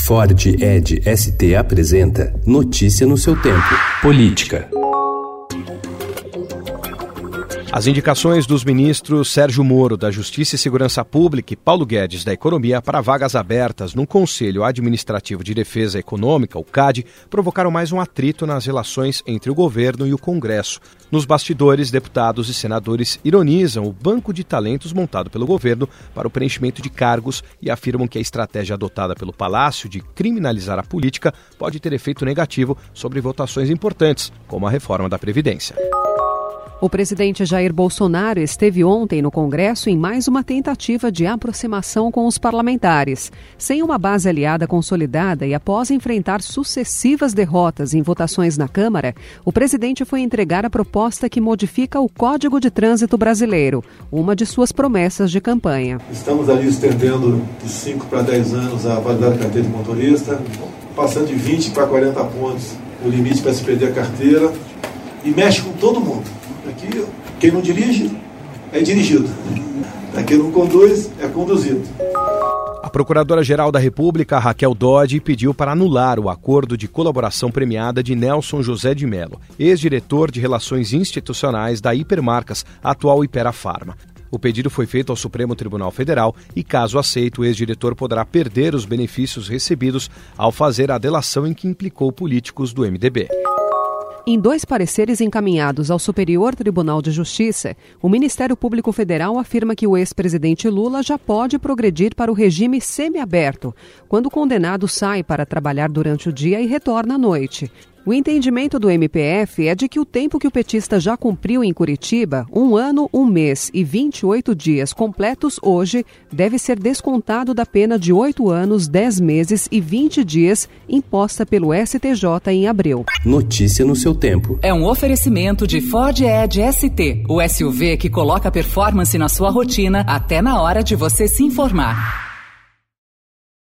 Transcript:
Ford Ed ST apresenta Notícia no seu tempo. Política. As indicações dos ministros Sérgio Moro, da Justiça e Segurança Pública, e Paulo Guedes, da Economia, para vagas abertas no Conselho Administrativo de Defesa Econômica, o CAD, provocaram mais um atrito nas relações entre o governo e o Congresso. Nos bastidores, deputados e senadores ironizam o banco de talentos montado pelo governo para o preenchimento de cargos e afirmam que a estratégia adotada pelo Palácio de criminalizar a política pode ter efeito negativo sobre votações importantes, como a reforma da Previdência. O presidente Jair Bolsonaro esteve ontem no Congresso em mais uma tentativa de aproximação com os parlamentares. Sem uma base aliada consolidada e após enfrentar sucessivas derrotas em votações na Câmara, o presidente foi entregar a proposta que modifica o Código de Trânsito Brasileiro, uma de suas promessas de campanha. Estamos ali estendendo de 5 para 10 anos a validade da carteira de motorista, passando de 20 para 40 pontos o limite para se perder a carteira, e mexe com todo mundo. Aqui, quem não dirige é dirigido. Quem não conduz é conduzido. A Procuradora-Geral da República, Raquel Dodge, pediu para anular o acordo de colaboração premiada de Nelson José de Mello, ex-diretor de Relações Institucionais da Hipermarcas, atual Hiperafarma. O pedido foi feito ao Supremo Tribunal Federal e, caso aceito, o ex-diretor poderá perder os benefícios recebidos ao fazer a delação em que implicou políticos do MDB. Em 2 pareceres encaminhados ao Superior Tribunal de Justiça, o Ministério Público Federal afirma que o ex-presidente Lula já pode progredir para o regime semiaberto, quando o condenado sai para trabalhar durante o dia e retorna à noite. O entendimento do MPF é de que o tempo que o petista já cumpriu em Curitiba, 1 ano, 1 mês e 28 dias completos hoje, deve ser descontado da pena de 8 anos, 10 meses e 20 dias imposta pelo STJ em abril. Notícia no seu tempo. É um oferecimento de Ford Ed ST, o SUV que coloca performance na sua rotina até na hora de você se informar.